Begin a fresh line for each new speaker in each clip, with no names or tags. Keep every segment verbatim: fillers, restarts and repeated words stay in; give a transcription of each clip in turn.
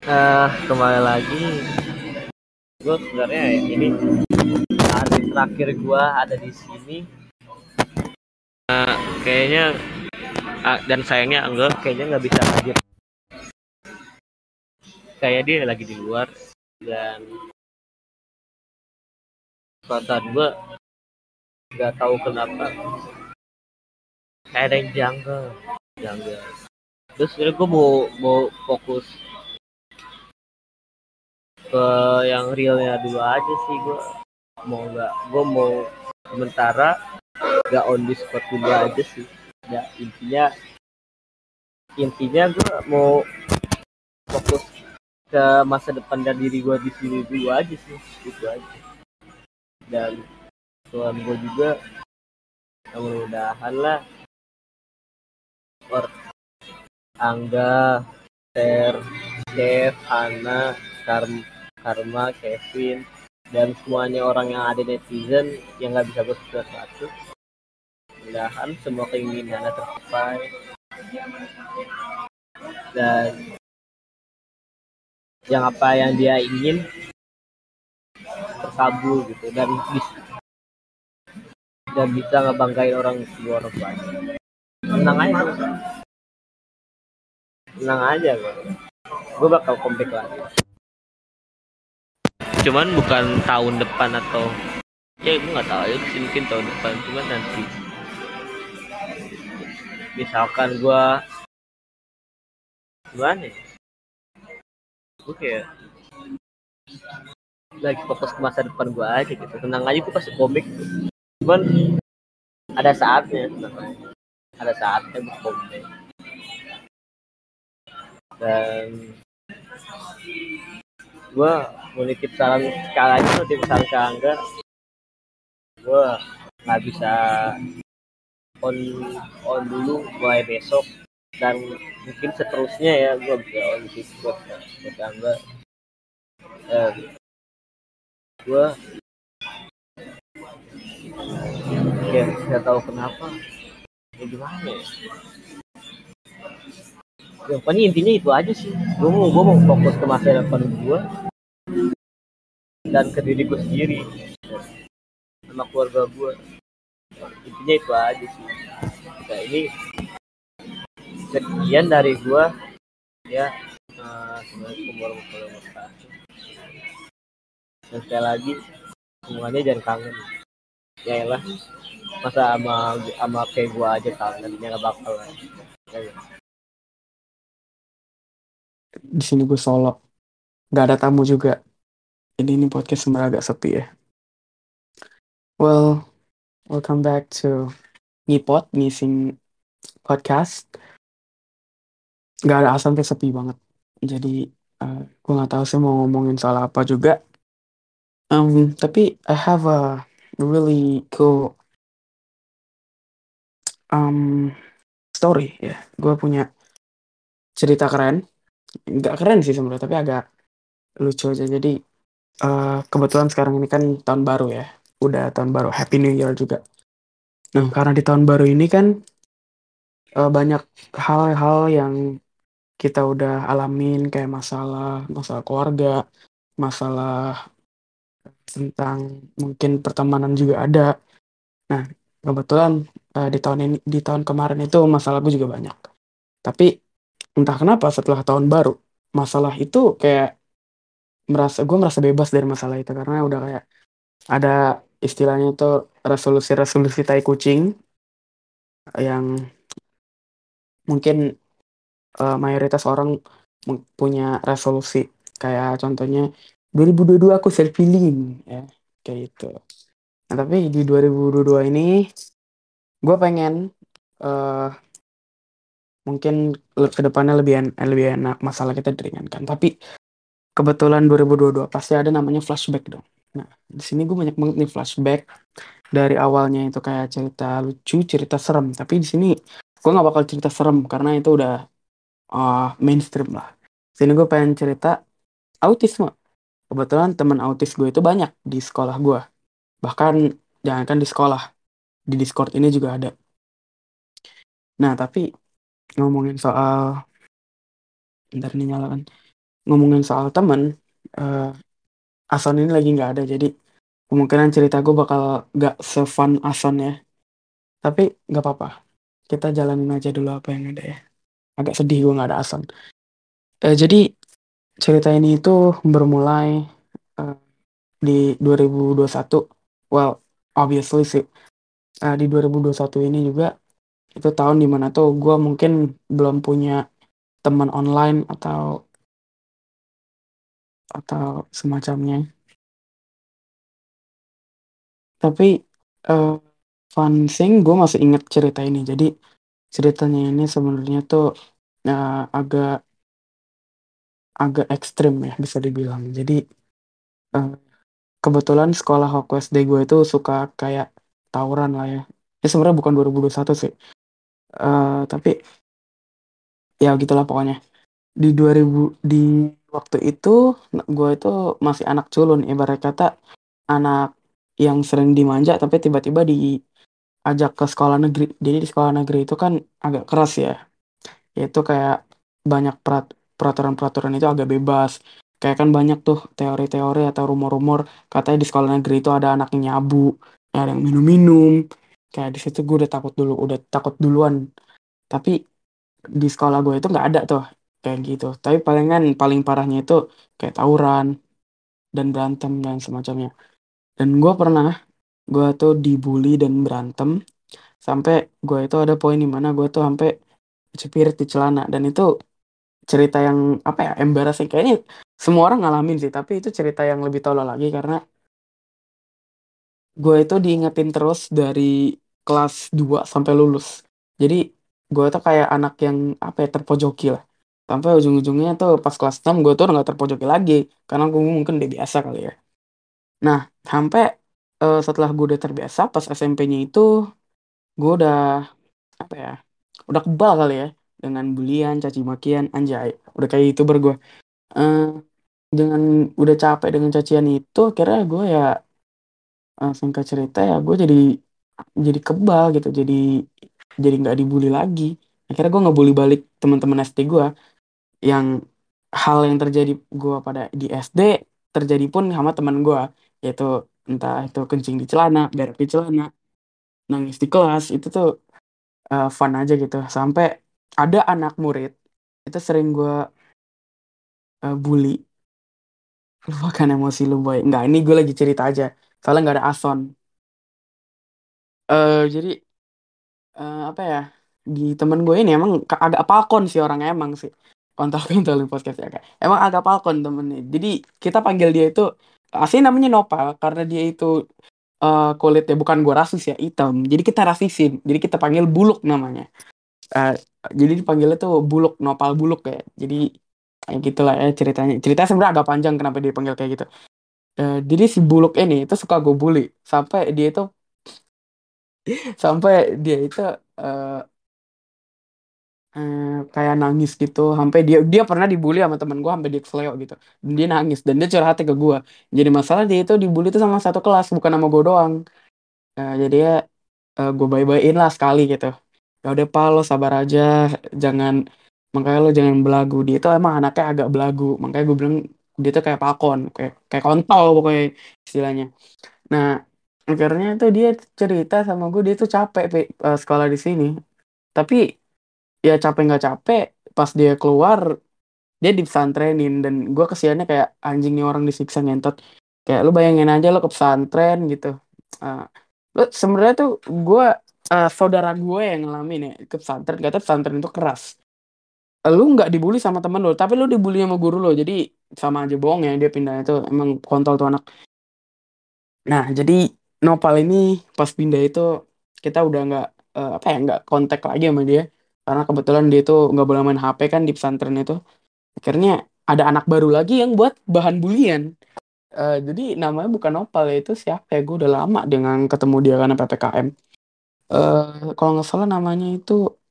Eh, kembali lagi, gue sebenarnya ini hari terakhir gue ada di sini. Eh, kayaknya ah, dan sayangnya enggak, kayaknya nggak bisa hadir. Kayak dia lagi di luar dan perasaan gue nggak tahu kenapa kayak ada yang janggal, janggal. Terus sebenarnya gue mau mau fokus ke yang realnya dulu aja sih. Gue mau nggak, gue mau sementara nggak on the spot dulu aja sih. Ya intinya intinya gue mau fokus ke masa depan dan diri gue di sini dulu aja sih, itu aja. Dan tuan gue juga mudah-mudahan lah, or Angga, Ter, Chef, Hana, Karma, Karma, Kevin, dan semuanya orang yang ada netizen yang nggak bisa gue satu. Mudahan semua keinginannya tercapai dan yang apa yang dia ingin terkabul gitu, dan bisa dan bisa ngebanggain orang dua orang banyak. Tenang aja, tenang aja gue. Gue bakal comeback lagi. Cuman bukan tahun depan atau ya gue nggak tahu ya, mungkin tahun depan. Cuman nanti misalkan gue gimana ya, gue kayak lagi fokus ke masa depan gue aja gitu. Tenang aja, gue pasti comeback. Cuman ada saatnya, ada saatnya gue comeback. Dan gue mau nitip salam sekali lagi, nitip salam ke Angga. Gue nggak bisa on on dulu mulai besok, dan mungkin seterusnya ya gue bisa on gitu buat buat Angga. eh, gue kayak nggak tahu kenapa ya, gimana ya, ya pokoknya intinya itu aja sih. Gue mau gue mau fokus ke masa depan gue dan ke diri gue sendiri sama keluarga gue. Intinya itu aja sih. Nah ini sekian dari gue ya. uh, Assalamualaikum warahmatullahi wabarakatuh. Dan sekali lagi semuanya jangan kangen ya lah, masa sama sama kayak gue aja kangen, ya nggak bakal lah ya, ya.
Di sini gue solo, nggak ada tamu juga. Ini ini podcast sebenarnya agak sepi ya. Well, welcome back to Ngipot, Ngising Podcast. Nggak ada sampai sepi banget. Jadi uh, gue nggak tahu sih mau ngomongin soal apa juga. Um, tapi I have a really cool um story ya. Gue punya cerita keren. Nggak keren sih sebenarnya, tapi agak lucu aja. Jadi uh, kebetulan sekarang ini kan tahun baru ya. Udah tahun baru, Happy New Year juga. Nah, karena di tahun baru ini kan eh, banyak hal-hal yang kita udah alamin kayak masalah masalah keluarga, masalah tentang mungkin pertemanan juga ada. Nah, kebetulan eh, di tahun ini di tahun kemarin itu masalah gue juga banyak. Tapi entah kenapa setelah tahun baru masalah itu kayak merasa gue merasa bebas dari masalah itu karena udah kayak ada istilahnya itu resolusi-resolusi tai kucing yang mungkin eh, mayoritas orang meng- punya resolusi kayak contohnya dua ribu dua puluh dua aku self healing ya kayak gitu. Nah, tapi di dua ribu dua puluh dua ini gue pengen eh, mungkin le- ke depannya lebih en- lebih enak masalah kita diringankan. Tapi kebetulan dua ribu dua puluh dua pasti ada namanya flashback dong. Nah, di sini gue banyak banget nih flashback dari awalnya itu kayak cerita lucu, cerita serem. Tapi di sini gue nggak bakal cerita serem karena itu udah uh, mainstream lah. Sini gue pengen cerita autisme. Kebetulan teman autis gue itu banyak di sekolah gue. Bahkan jangankan di sekolah, di Discord ini juga ada. Nah, tapi ngomongin soal, bentar ini nyalakan. ngomongin soal temen, eh Ason ini lagi nggak ada, jadi kemungkinan cerita gue bakal nggak se-fun Ason ya. Tapi nggak apa-apa, kita jalanin aja dulu apa yang ada ya. Agak sedih gue nggak ada Ason. Eh, jadi cerita ini itu bermulai eh, di dua ribu dua puluh satu. Well, obviously sih. Eh, di dua ribu dua puluh satu ini juga itu tahun dimana tuh gue mungkin belum punya teman online atau atau semacamnya. Tapi eh fun thing gue masih inget cerita ini. Jadi ceritanya ini sebenarnya tuh eh, agak agak ekstrim ya bisa dibilang. Jadi eh, kebetulan sekolah Hawkes D gue itu suka kayak tawuran lah ya. Ini sebenarnya bukan dua ribu dua puluh satu sih. Eh, tapi ya gitulah pokoknya. Di dua ribu di waktu itu gue itu masih anak culun, ibarat kata anak yang sering dimanja tapi tiba-tiba diajak ke sekolah negeri. Jadi di sekolah negeri itu kan agak keras ya. Yaitu kayak banyak perat- peraturan-peraturan itu agak bebas. Kayak kan banyak tuh teori-teori atau rumor-rumor katanya di sekolah negeri itu ada anak yang nyabu, ada yang minum-minum. Kayak di situ gue udah takut dulu, udah takut duluan. Tapi di sekolah gue itu nggak ada tuh kayak gitu. Tapi palingan paling parahnya itu kayak tawuran dan berantem dan semacamnya. Dan gue pernah, gue tuh dibully dan berantem sampai gue itu ada poin di mana gue tuh sampai cepirit di celana, dan itu cerita yang apa ya, embarrassing kayaknya semua orang ngalamin sih, tapi itu cerita yang lebih tolol lagi karena gue itu diingetin terus dari kelas dua sampai lulus. Jadi gue tuh kayak anak yang apa ya, terpojoki lah. Sampai ujung-ujungnya tuh pas kelas enam gue tuh udah gak terpojoki lagi karena gue mungkin udah biasa kali ya. Nah, sampai eh, setelah gue udah terbiasa pas S M P-nya itu gue udah apa ya, udah kebal kali ya dengan bulian, caci makian, anjay. Udah kayak YouTuber gue. Eh, dengan udah capek dengan cacian itu akhirnya gue ya, eh, singkat cerita ya gue jadi jadi kebal gitu, jadi jadi nggak dibully lagi. Akhirnya gue ngebully balik teman-teman S D gue, yang hal yang terjadi gue pada di S D terjadi pun sama teman gue, yaitu entah itu kencing di celana, berak di celana, nangis di kelas. Itu tuh eh, fun aja gitu, sampai ada anak murid itu sering gue eh, bully. Lupakan emosi lu boy, nggak, ini gue lagi cerita aja soalnya nggak ada Ason. eh jadi eh, apa ya, di temen gue ini emang ka- agak palkon sih orangnya emang sih, kontol kontolin podcast ya kayak emang agak palkon temennya. Jadi kita panggil dia itu asli namanya Nopal karena dia itu eh, kulitnya, bukan gue rasis ya, hitam, jadi kita rasisin, jadi kita panggil Buluk namanya. Eh, jadi dipanggilnya tuh Buluk, Nopal Buluk ya. Jadi kayak gitulah ya ceritanya. Ceritanya sebenarnya agak panjang kenapa dia panggil kayak gitu. Eh, jadi si Buluk ini itu suka gue bully sampai dia itu sampai dia itu eh, eh, kayak nangis gitu, sampai dia dia pernah dibully sama temen gue sampai dia kesleo gitu, dan dia nangis dan dia curhat ke gue. Jadi masalah dia itu dibully itu sama satu kelas, bukan sama gue doang. Eh, jadi ya eh, gue bye-byein lah sekali gitu. Ya udah Pak, lo sabar aja, jangan, makanya lo jangan belagu. Dia itu emang anaknya agak belagu, makanya gue bilang dia tuh kayak pakon, kayak kayak kontol pokoknya istilahnya. Nah, akhirnya tuh dia cerita sama gue dia tuh capek Pi, eh, sekolah di sini. Tapi ya capek nggak capek, pas dia keluar dia dipesantrenin, dan gue kesiannya kayak anjingnya orang disiksa ngentot. Kayak lu bayangin aja lo ke pesantren gitu. Ah, lu sebenarnya tuh gue, eh, saudara gue yang ngalamin ya ke pesantren, kata pesantren itu keras. Lu nggak dibully sama temen lu, tapi lu dibully sama guru lo, jadi sama aja bohong ya, dia pindah itu emang kontol tuh anak. Nah, jadi Nopal ini pas pindah itu kita udah nggak eh, apa ya, nggak kontak lagi sama dia karena kebetulan dia itu nggak boleh main H P kan di pesantren itu. Akhirnya ada anak baru lagi yang buat bahan bulian. Eh, jadi namanya bukan Nopal ya, itu siapa ya? Gue udah lama dengan ketemu dia karena P P K M. Eh, kalau nggak salah namanya itu,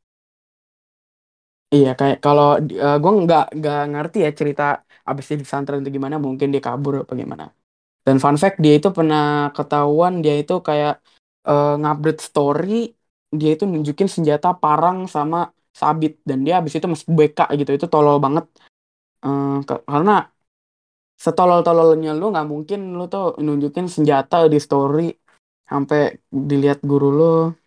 iya kayak kalau gue nggak nggak ngerti ya cerita abis dia di pesantren itu gimana, mungkin dia kabur apa gimana. Dan fun fact dia itu pernah ketahuan dia itu kayak eh, ngupdate story, dia itu nunjukin senjata parang sama sabit, dan dia habis itu masuk B K gitu, itu tolol banget. Eh, ke- karena setolol-tololnya lu nggak mungkin lu tuh nunjukin senjata di story sampai dilihat guru lu.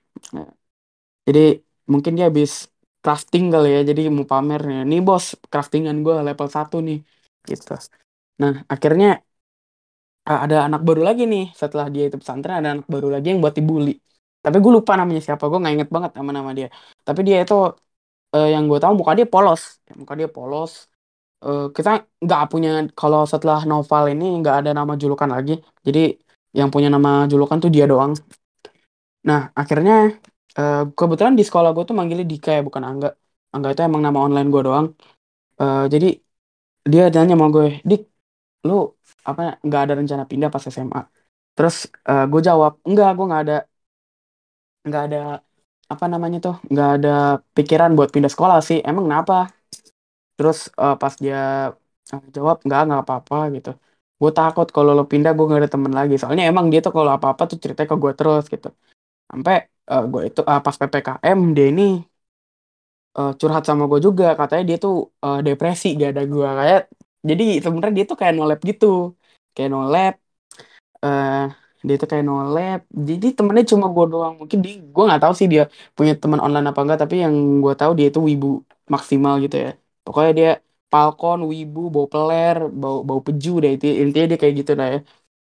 Jadi mungkin dia habis crafting kali ya, jadi mau pamernya. Nih bos, craftingan gue level satu nih. Gitu. Nah, akhirnya ah, ada anak baru lagi nih. Setelah dia itu pesantren, ada anak baru lagi yang buat dibully. Tapi gue lupa namanya siapa, gue nggak inget banget sama nama dia. Tapi dia itu eh, yang gue tahu muka dia polos. Ya, muka dia polos. Eh, kita nggak punya, kalau setelah novel ini nggak ada nama julukan lagi. Jadi yang punya nama julukan tuh dia doang. Nah, akhirnya eh, kebetulan di sekolah gue tuh manggilnya Dika ya, bukan Angga. Angga itu emang nama online gue doang. Eh, jadi dia tanya sama gue, Dik, lu apa nggak ada rencana pindah pas S M A? Terus gue jawab, enggak, gue nggak ada nggak ada apa namanya tuh, nggak ada pikiran buat pindah sekolah sih. Emang kenapa? Terus eh, pas dia eh, jawab, nggak nggak apa-apa gitu. Gue takut kalau lo pindah gue nggak ada temen lagi. Soalnya emang dia tuh kalau apa-apa tuh ceritanya ke gue terus gitu. Sampai gue itu ah, pas P P K M dia ini eh, curhat sama gue juga, katanya dia tuh eh, depresi gak ada gue kayak. Jadi sebenarnya dia tuh kayak nolep gitu, kayak nolep. eh dia tuh kayak nolep, jadi temennya cuma gue doang. Mungkin dia, gue nggak tahu sih dia punya teman online apa enggak, tapi yang gue tahu dia itu wibu maksimal gitu ya. Pokoknya dia palkon, wibu, bau peler, bau bau peju deh, itu intinya dia kayak gitu dah ya.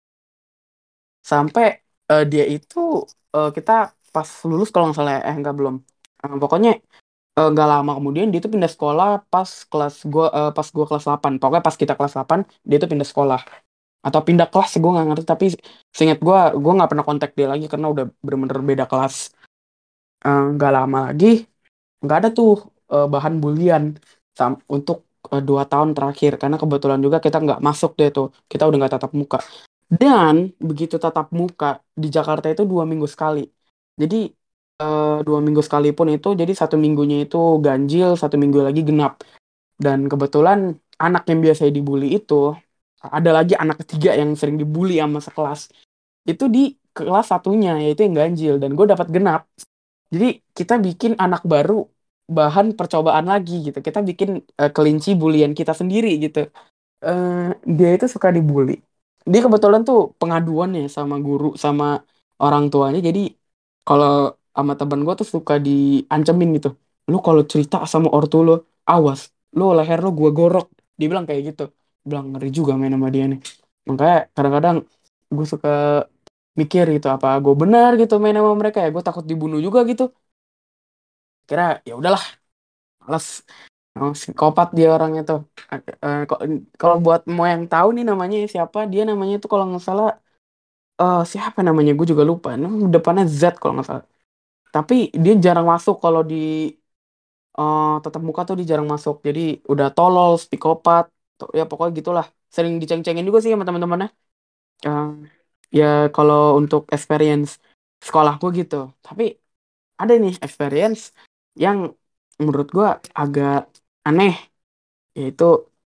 Sampai eh, dia itu eh, kita pas lulus kalau nggak salah ya, eh enggak belum. Eh, pokoknya eh, nggak lama kemudian dia tuh pindah sekolah pas kelas gua eh, pas gua kelas delapan. Pokoknya pas kita kelas delapan dia tuh pindah sekolah atau pindah kelas, gue nggak ngerti, tapi seingat gue gue nggak pernah kontak dia lagi karena udah bener-bener beda kelas. Eh, nggak lama lagi nggak ada tuh eh, bahan bulian sam- untuk eh, dua tahun terakhir, karena kebetulan juga kita nggak masuk deh tuh, kita udah nggak tatap muka. Dan begitu tatap muka di Jakarta itu dua minggu sekali. Jadi eh, dua minggu sekalipun itu, jadi satu minggunya itu ganjil, satu minggu lagi genap. Dan kebetulan anak yang biasa dibully itu ada lagi anak ketiga yang sering dibully sama sekelas. Itu di kelas satunya, yaitu yang ganjil, dan gue dapat genap. Jadi kita bikin anak baru, bahan percobaan lagi gitu. Kita bikin eh, kelinci bulian kita sendiri gitu. Eh, dia itu suka dibully. Dia kebetulan tuh pengaduan ya sama guru sama orang tuanya. Jadi kalau sama temen gue tuh suka diancemin gitu. Lu kalau cerita sama ortu lu, awas. Lu leher lu gue gorok. Dia bilang kayak gitu. Bilang ngeri juga main sama dia nih. Makanya kadang-kadang gue suka mikir gitu, apa gue benar gitu main sama mereka ya. Gue takut dibunuh juga gitu. Kira ya udahlah, malas. Oh, psikopat dia orangnya tuh. Eh, eh, kok- Kalau buat mau yang tahu nih namanya siapa, dia namanya tuh kalau nggak salah eh siapa namanya gue juga lupa. Nah, depannya Z kalau nggak salah. Tapi dia jarang masuk kalau di eh tatap muka tuh dia jarang masuk. Jadi udah tolol, psikopat, tuh, ya pokoknya gitulah. Sering diceng-cengin juga sih sama teman-temannya. Eh, ya kalau untuk experience sekolah gue gitu. Tapi ada nih experience yang menurut gue agak aneh, yaitu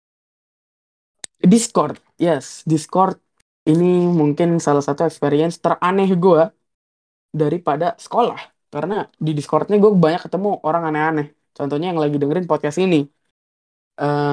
Discord. Yes, Discord ini mungkin salah satu experience teraneh gue daripada sekolah. Karena di Discordnya gue banyak ketemu orang aneh-aneh. Contohnya yang lagi dengerin podcast ini. eh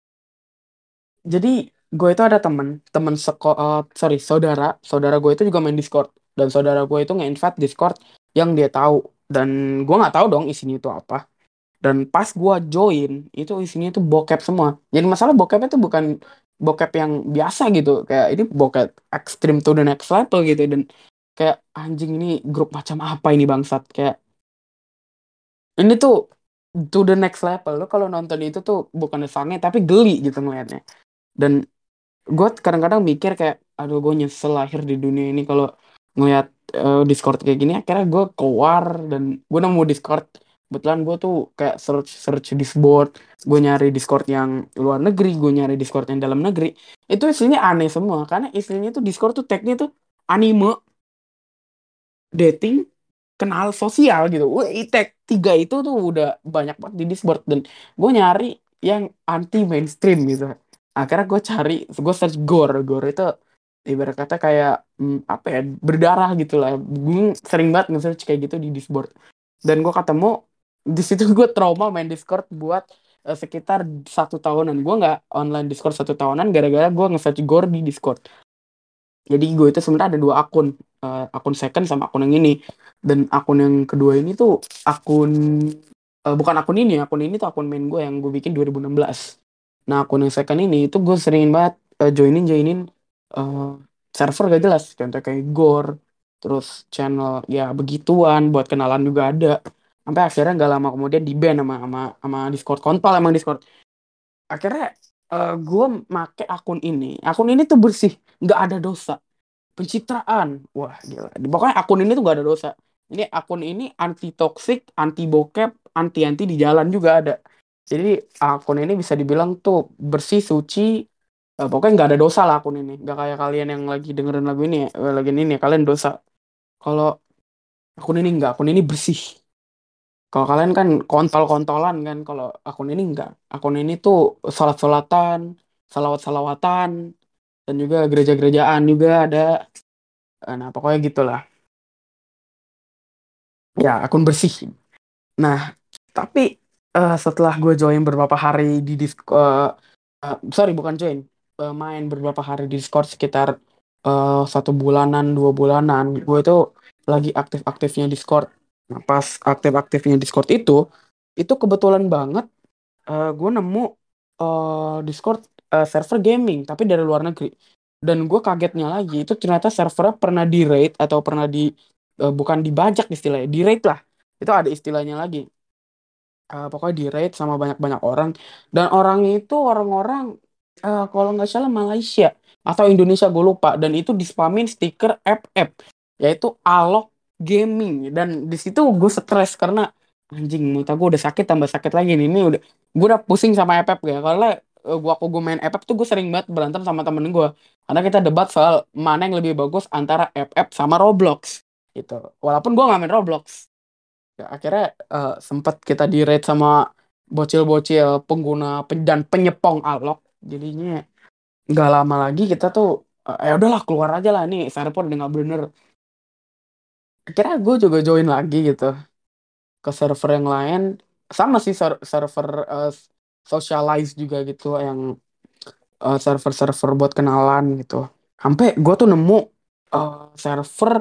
jadi gue itu ada temen, temen sekolah, sorry, saudara. Saudara gue itu juga main Discord. Dan saudara gue itu nge-invite Discord yang dia tahu. Dan gue nggak tahu dong isinya itu apa. Dan pas gua join, itu isinya tuh bokep semua. Jadi masalah bokepnya tuh bukan bokep yang biasa gitu. Kayak ini bokep extreme to the next level gitu. Dan kayak anjing, ini grup macam apa ini bangsat. Kayak ini tuh to the next level. Lo kalau nonton itu tuh bukan sange tapi geli gitu ngeliatnya. Dan gue kadang-kadang mikir kayak, aduh gue nyesel lahir di dunia ini kalau ngeliat eh, Discord kayak gini. Akhirnya gue keluar dan gue nemu Discord. Kebetulan gue tuh kayak search search Discord, gue nyari Discord yang luar negeri, gue nyari Discord yang dalam negeri. Itu isinya aneh semua karena isinya tuh Discord tuh tagnya tuh anime, dating, kenal sosial gitu. Wah, tag tiga itu tuh udah banyak banget di Discord, dan gue nyari yang anti mainstream gitu. Akhirnya gue cari, gue search gore. Gore itu ibarat kata kayak hmm, apa ya, berdarah gitu lah. Gue sering banget nge-search kayak gitu di Discord, dan gue ketemu di situ. Gue trauma main Discord buat eh, sekitar satu tahunan. Gue nggak online Discord satu tahunan gara-gara gue nge-fetch Gore di Discord. Jadi gue itu sebenarnya ada dua akun, eh, akun second sama akun yang ini. Dan akun yang kedua ini tuh akun eh, bukan akun ini, akun ini tuh akun main gue yang gue bikin dua ribu enam belas. Nah akun yang second ini itu gue sering banget eh, joinin joinin eh, server gak jelas, contoh kayak Gore, terus channel ya begituan buat kenalan juga ada. Sampai akhirnya nggak lama kemudian di ban sama sama sama Discord, kontol emang Discord. Akhirnya eh, gue make akun ini, akun ini tuh bersih, nggak ada dosa. Pencitraan, wah gila, pokoknya akun ini tuh gak ada dosa. Ini akun ini anti toxic, anti bokep, anti anti di jalan juga ada. Jadi akun ini bisa dibilang tuh bersih, suci. Eh, pokoknya nggak ada dosa lah akun ini, nggak kayak kalian yang lagi dengerin lagu ini ya, eh, lagi ini ya, kalian dosa. Kalau akun ini nggak, akun ini bersih. Kalau kalian kan kontol-kontolan kan, kalau akun ini enggak. Akun ini tuh salat-salatan, salawat-salawatan, dan juga gereja-gerejaan juga ada. Eh, Nah, pokoknya gitulah. Ya, akun bersih. Nah, tapi eh, setelah gue join beberapa hari di Discord, sorry bukan join, eh, main beberapa hari di Discord sekitar eh, satu bulanan, dua bulanan, gue itu lagi aktif-aktifnya Discord. Nah, pas aktif-aktifnya Discord itu, itu kebetulan banget eh, gue nemu eh, Discord eh, server gaming, tapi dari luar negeri. Dan gue kagetnya lagi, itu ternyata servernya pernah di raid atau pernah di eh, bukan dibajak istilahnya, di raid lah. Itu ada istilahnya lagi. Eh, pokoknya di raid sama banyak-banyak orang. Dan orangnya itu orang-orang eh, kalau nggak salah Malaysia atau Indonesia gue lupa. Dan itu dispamin stiker F F, yaitu Alok Gaming. Dan di situ gue stres karena anjing muka gue udah sakit tambah sakit lagi nih. Ini udah gue udah pusing sama F F ya. Karena eh, gua aku gue main F F tuh gue sering banget berantem sama temen gue. Karena kita debat soal mana yang lebih bagus antara F F sama Roblox gitu. Walaupun gue nggak main Roblox. Ya, akhirnya eh, sempat kita di raid sama bocil-bocil pengguna pen- dan penyepong alok. Jadinya nggak lama lagi kita tuh eh ya udahlah keluar aja lah nih server udah nggak bener. Akhirnya gue juga join lagi gitu ke server yang lain, sama sih ser- server eh, socialize juga gitu yang eh, server-server buat kenalan gitu. Sampai gue tuh nemu eh, server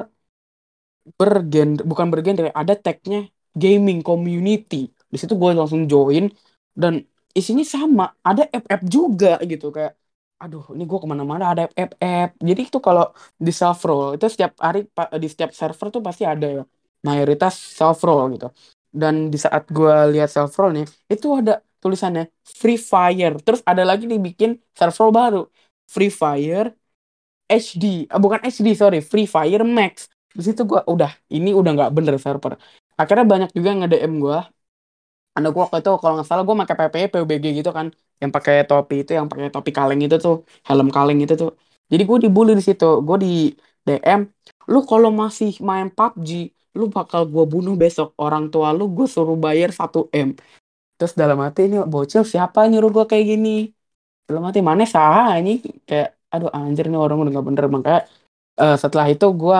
bergenre, bukan bergenre, ada tagnya gaming community. Di situ gue langsung join dan isinya sama, ada F F juga gitu kayak aduh ini gue kemana-mana ada F F. Jadi itu kalau di self roll itu setiap hari pa- di setiap server tuh pasti ada ya, mayoritas self roll gitu. Dan di saat gue lihat self roll nih itu ada tulisannya Free Fire, terus ada lagi dibikin server roll baru Free Fire H D, ah, bukan H D sorry, Free Fire Max. Di situ gua udah, ini udah nggak bener server. Akhirnya banyak juga yang nge-D M gua. Karena gua waktu itu kalau nggak salah gua pakai P P P U B G gitu kan, yang pakai topi itu, yang pakai topi kaleng itu tuh, helm kaleng itu tuh. Jadi gua dibully di situ. Gua di D M, lu kalau masih main P U B G, lu bakal gua bunuh besok. Orang tua lu gua suruh bayar satu M. Terus dalam hati ini bocil siapa nyuruh gua kayak gini? Dalam hati mana sah ini kayak aduh anjir nih orang udah nggak bener. Makanya eh, setelah itu gue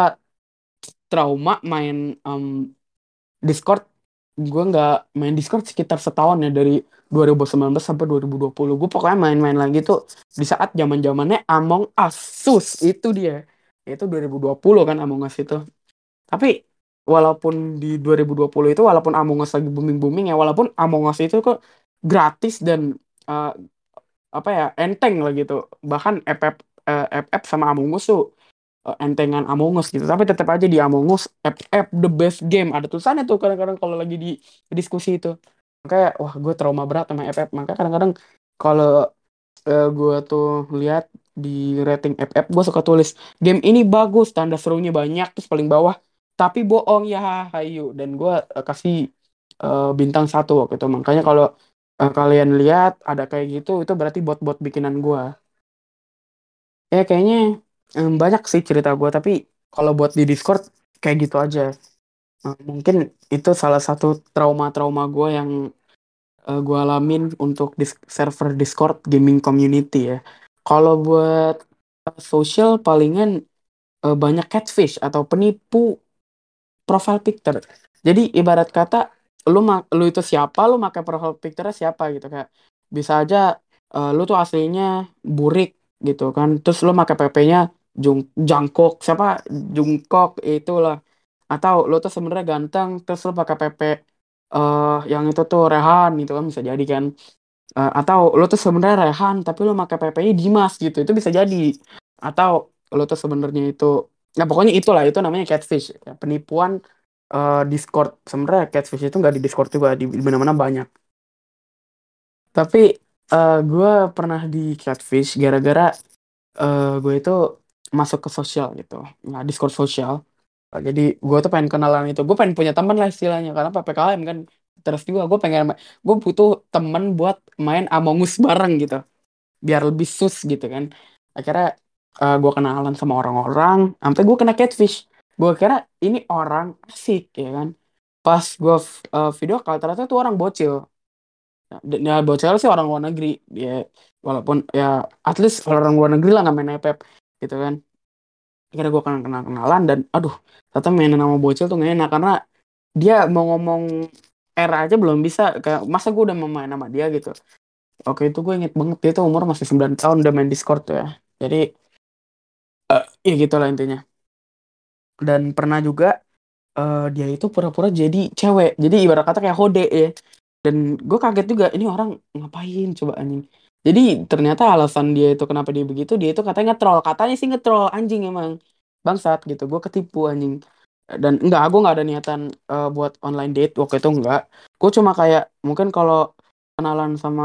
trauma main em, Discord. Gue nggak main Discord sekitar setahun ya, dari dua ribu sembilan belas sampai dua ribu dua puluh. Gue pokoknya main-main lagi tuh di saat zaman zamannya Among Us. Sus itu dia, itu dua ribu dua puluh kan Among Us itu. Tapi walaupun di dua ribu dua puluh itu, walaupun Among Us lagi booming booming ya, walaupun Among Us itu kok gratis dan eh, apa ya enteng lah gitu. Bahkan F F eh, F F sama Among Us tuh eh, entengan Among Us gitu, tapi tetap aja di Among Us F F the best game, ada tulisannya tuh kadang-kadang kalau lagi di diskusi itu. Makanya wah gue trauma berat sama F F. Makanya kadang-kadang kalau eh, gue tuh lihat di rating F F gue suka tulis game ini bagus, tanda serunya banyak, terus paling bawah tapi bohong ya hayu, dan gue eh, kasih eh, bintang satu waktu itu. Makanya kalau eh, kalian lihat ada kayak gitu, itu berarti bot-bot bikinan gue. Ya kayaknya em, banyak sih cerita gue, tapi kalau buat di Discord kayak gitu aja. Eh, mungkin itu salah satu trauma-trauma gue yang eh, gue alamin untuk dis- server Discord gaming community ya. Kalau buat eh, social palingan eh, banyak catfish atau penipu profile picture. Jadi ibarat kata lu ma- lu itu siapa, lu pakai profile picture siapa gitu, kayak bisa aja eh, lu tuh aslinya burik gitu kan, terus lu pakai P P-nya Jung Jangkok siapa, Jungkook itulah, atau lu tuh sebenarnya ganteng terus lu pakai P P eh yang itu tuh Rehan gitu kan, bisa jadi kan. Eh, atau lu tuh sebenarnya Rehan tapi lu pakai P P-nya Dimas gitu, itu bisa jadi. Atau lu tuh sebenarnya itu, nah pokoknya itulah, itu namanya catfish ya, penipuan eh, Discord. Sebenarnya catfish itu nggak di Discord juga, di di mana-mana banyak. Tapi eh gue pernah di catfish gara-gara eh gue itu masuk ke sosial gitu, nah Discord sosial. Eh, jadi gue tuh pengen kenalan itu, gue pengen punya teman lah istilahnya, karena P P K M kan. Terus juga gue pengen, gue butuh temen buat main Among Us bareng gitu, biar lebih sus gitu kan. Akhirnya gue kenalan sama orang-orang sampai gue kena catfish. Gue kira ini orang asik ya kan, pas gue video call ternyata tuh orang bocil. Dan ya bocil sih orang luar negeri ya, walaupun ya at least kalau orang luar negeri lah nggak main iPad gitu kan. Akhirnya gue kenal kenal kenalan dan aduh, ternyata main nama bocil tuh gak enak, karena dia mau ngomong era aja belum bisa, kayak masa gue udah mau main sama dia gitu. Oke, itu gue inget banget dia tuh umur masih sembilan tahun udah main Discord tuh ya. Jadi ya gitulah intinya. Dan pernah juga eh, dia itu pura-pura jadi cewek. Jadi ibarat kata kayak hode ya. Dan gue kaget juga, ini orang ngapain coba anjing. Jadi ternyata alasan dia itu kenapa dia begitu, dia itu katanya nge-troll. Katanya sih nge-troll, anjing emang. Bangsat gitu, gue ketipu anjing. Dan enggak, gue nggak ada niatan eh, buat online date waktu itu, enggak. Gue cuma kayak mungkin kalau kenalan sama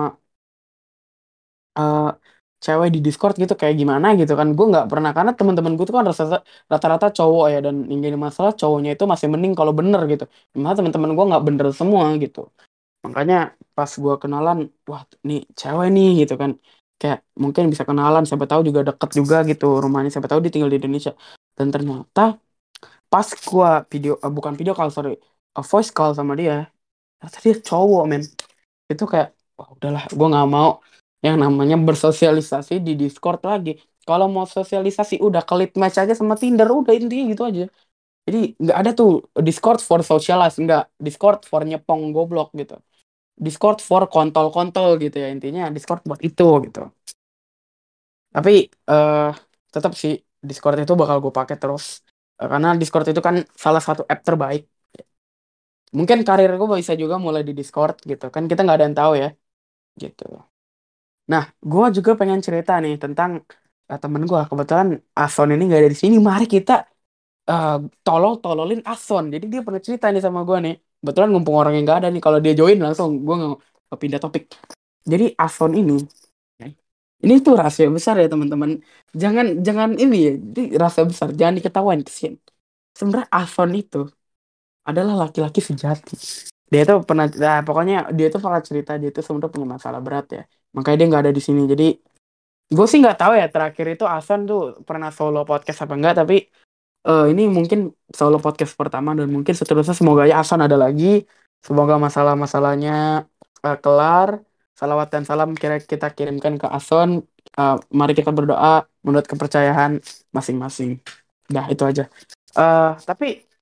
eh, cewek di Discord gitu kayak gimana gitu kan, gue nggak pernah, karena teman-teman gue tuh kan rata- rata-rata cowok ya, dan yang jadi masalah cowoknya itu masih mending kalau bener gitu, malah teman-teman gue nggak bener semua gitu. Makanya pas gue kenalan, wah nih cewek nih gitu kan, kayak mungkin bisa kenalan, siapa tahu juga deket juga gitu rumahnya, siapa tahu dia tinggal di Indonesia. Dan ternyata pas gue video eh, bukan video call, sorry, eh, voice call sama dia, ternyata dia cowok men. Itu kayak wah udahlah, gue nggak mau yang namanya bersosialisasi di Discord lagi. Kalau mau sosialisasi udah klik match aja sama Tinder, udah intinya gitu aja. Jadi nggak ada tuh Discord for socialize, nggak, Discord for nyepong goblok gitu, Discord for kontol-kontol gitu ya, intinya Discord buat itu gitu. Tapi eh tetap sih Discord itu bakal gue pakai terus. Eh, karena Discord itu kan salah satu app terbaik. Mungkin karir gue bisa juga mulai di Discord gitu kan, kita nggak ada yang tahu ya gitu. Nah, gue juga pengen cerita nih tentang eh, temen gue. Kebetulan Ason ini nggak ada di sini. Mari kita eh, tolol-tololin Ason. Jadi dia pernah cerita nih sama gue nih. Kebetulan ngumpul orang yang nggak ada nih. Kalau dia join langsung gue nggak pindah topik. Jadi Ason ini, ini tuh rahasia besar ya teman-teman. Jangan jangan ini ya. Ini rahasia besar. Jangan diketawain kesian. Sebenarnya Ason itu adalah laki-laki sejati. Dia tuh pernah, nah, pokoknya dia tuh pernah cerita dia tuh sebenarnya punya masalah berat ya. Makanya dia nggak ada di sini. Jadi gue sih nggak tahu ya terakhir itu Asan tuh pernah solo podcast apa enggak, tapi eh, ini mungkin solo podcast pertama dan mungkin seterusnya semoga ya Asan ada lagi. Semoga masalah-masalahnya eh, kelar. Salawat dan salam kira kita kirimkan ke Ason. Eh, mari kita berdoa menurut kepercayaan masing-masing. Dah itu aja. Eh tapi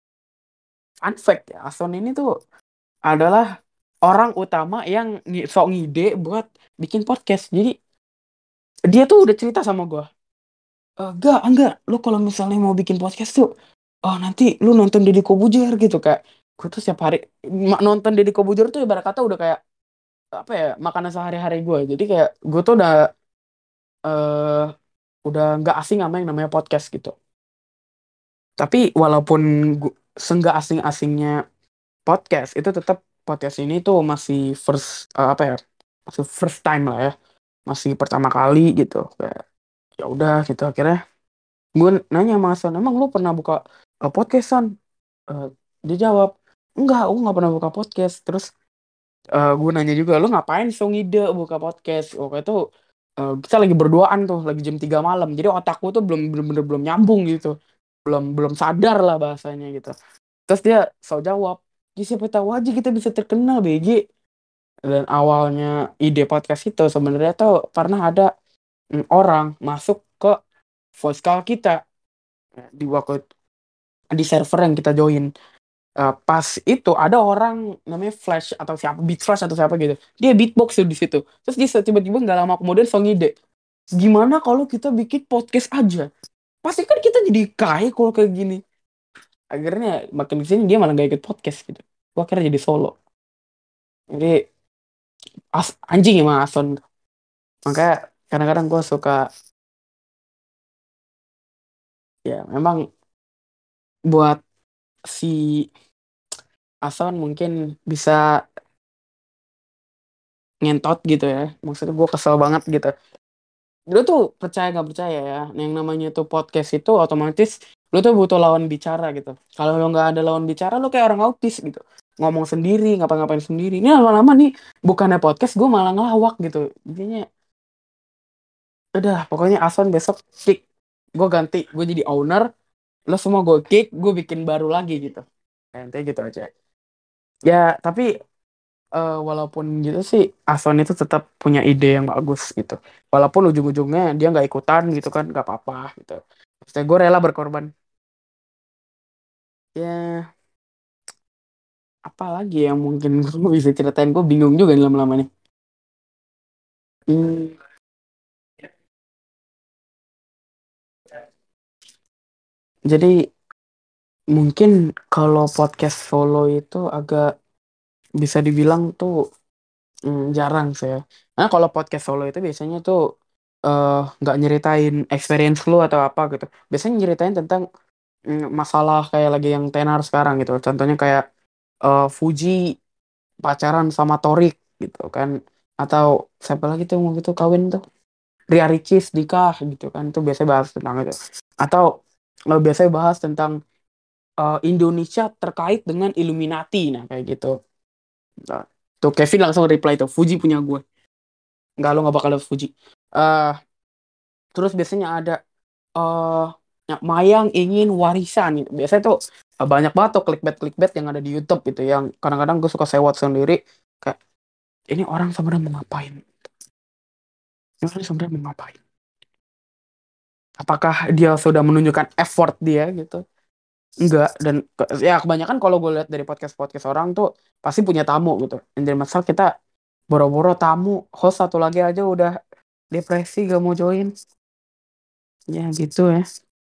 fun fact ya, Ason ini tuh adalah orang utama yang ngi- sok ngide buat bikin podcast. Jadi dia tuh udah cerita sama gue, "Eh, enggak, enggak, lu kalau misalnya mau bikin podcast tuh, oh nanti lu nonton Deddy Kobujer gitu." Kayak gue tuh setiap hari ma- nonton Deddy Kobujer tuh ibarat kata udah kayak apa ya, makanan sehari-hari gue. Jadi kayak gue tuh udah eh udah nggak asing sama yang namanya podcast gitu. Tapi walaupun gue seenggak asing-asingnya podcast, itu tetap podcast ini tuh masih first eh, apa ya, masih first time lah ya, masih pertama kali gitu. Kayak ya udah gitu, akhirnya gue nanya sama Hasan, emang lu pernah buka eh, podcast San? Eh, dia jawab, enggak, aku nggak pernah buka podcast. Terus eh, gue nanya juga, lu ngapain so ngide buka podcast? Waktu itu eh, kita lagi berduaan tuh, lagi jam tiga malam. Jadi otakku tuh belum bener-bener belum nyambung gitu. Belum belum sadar lah bahasanya gitu. Terus dia so jawab, ya siapa tahu aja kita bisa terkenal B G. Dan awalnya ide podcast itu sebenarnya tuh pernah ada mm, orang masuk ke voice call kita di waktu di server yang kita join. Eh, pas itu ada orang namanya Flash atau siapa, Beat Flash atau siapa gitu, dia beatbox tuh di situ, terus dia tiba-tiba nggak lama kemudian song ide, gimana kalau kita bikin podcast aja, pasti kan kita jadi kaya kalau kayak gini. Akhirnya makin kesini dia malah gak ikut podcast gitu, gua akhirnya jadi solo. Jadi as anjing emang Ason. Makanya kadang-kadang gue suka, ya memang buat si Ason mungkin bisa ngentot gitu ya. Maksudnya gue kesel banget gitu. Lu tuh percaya gak percaya ya, yang namanya tuh podcast itu otomatis lu tuh butuh lawan bicara gitu. Kalau lu nggak ada lawan bicara, lu kayak orang autis gitu. Ngomong sendiri, ngapa-ngapain sendiri. Ini lama-lama nih, bukannya podcast, gue malah ngelawak gitu. Intinya, udah pokoknya Ason besok kick. Gue ganti, gue jadi owner. Lo semua gue kick, gue bikin baru lagi gitu. Kayak gitu aja. Ya, tapi eh, walaupun gitu sih, Ason itu tetap punya ide yang bagus gitu. Walaupun ujung-ujungnya dia nggak ikutan gitu kan, nggak apa-apa gitu. Maksudnya gue rela berkorban. Ya, apa lagi yang mungkin gue bisa ceritain? Gue bingung juga nih lama-lama nih. Hmm, jadi mungkin kalau podcast solo itu agak bisa dibilang tuh hmm, jarang sih ya. Nah, kalau podcast solo itu biasanya tuh eh, nggak nyeritain experience lu atau apa gitu. Biasanya nyeritain tentang mm, masalah kayak lagi yang tenar sekarang gitu. Contohnya kayak eh, Fuji pacaran sama Torik gitu kan. Atau siapa lagi tuh yang waktu itu kawin tuh? Ria Ricis nikah gitu kan. Itu biasanya bahas tentang itu. Atau eh, biasanya bahas tentang eh, Indonesia terkait dengan Illuminati. Nah kayak gitu. Nah, tuh Kevin langsung reply tuh. Fuji punya gue. Enggak, lo gak bakal dapet Fuji. Eh terus biasanya ada eh ya, Mayang ingin warisan gitu. Biasanya tuh eh, banyak banget tuh clickbait-clickbait yang ada di YouTube gitu, yang kadang-kadang gue suka sewot sendiri kayak, ini orang sebenarnya mau ngapain? Ini orang sebenarnya mau ngapain? Apakah dia sudah menunjukkan effort dia gitu? Enggak. Dan ke- ya kebanyakan kalau gue lihat dari podcast-podcast orang tuh pasti punya tamu gitu. Dan jadi masalah kita boro-boro tamu, host satu lagi aja udah depresi gak mau join. Ya gitu ya.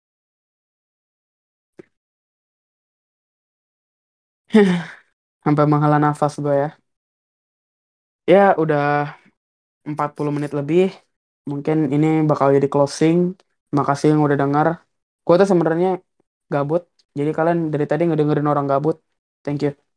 Sampai menghela nafas gue ya. Ya udah empat puluh menit lebih. Mungkin ini bakal jadi closing. Makasih yang udah dengar. Gue tuh sebenarnya gabut. Jadi kalian dari tadi ngedengerin orang gabut. Thank you.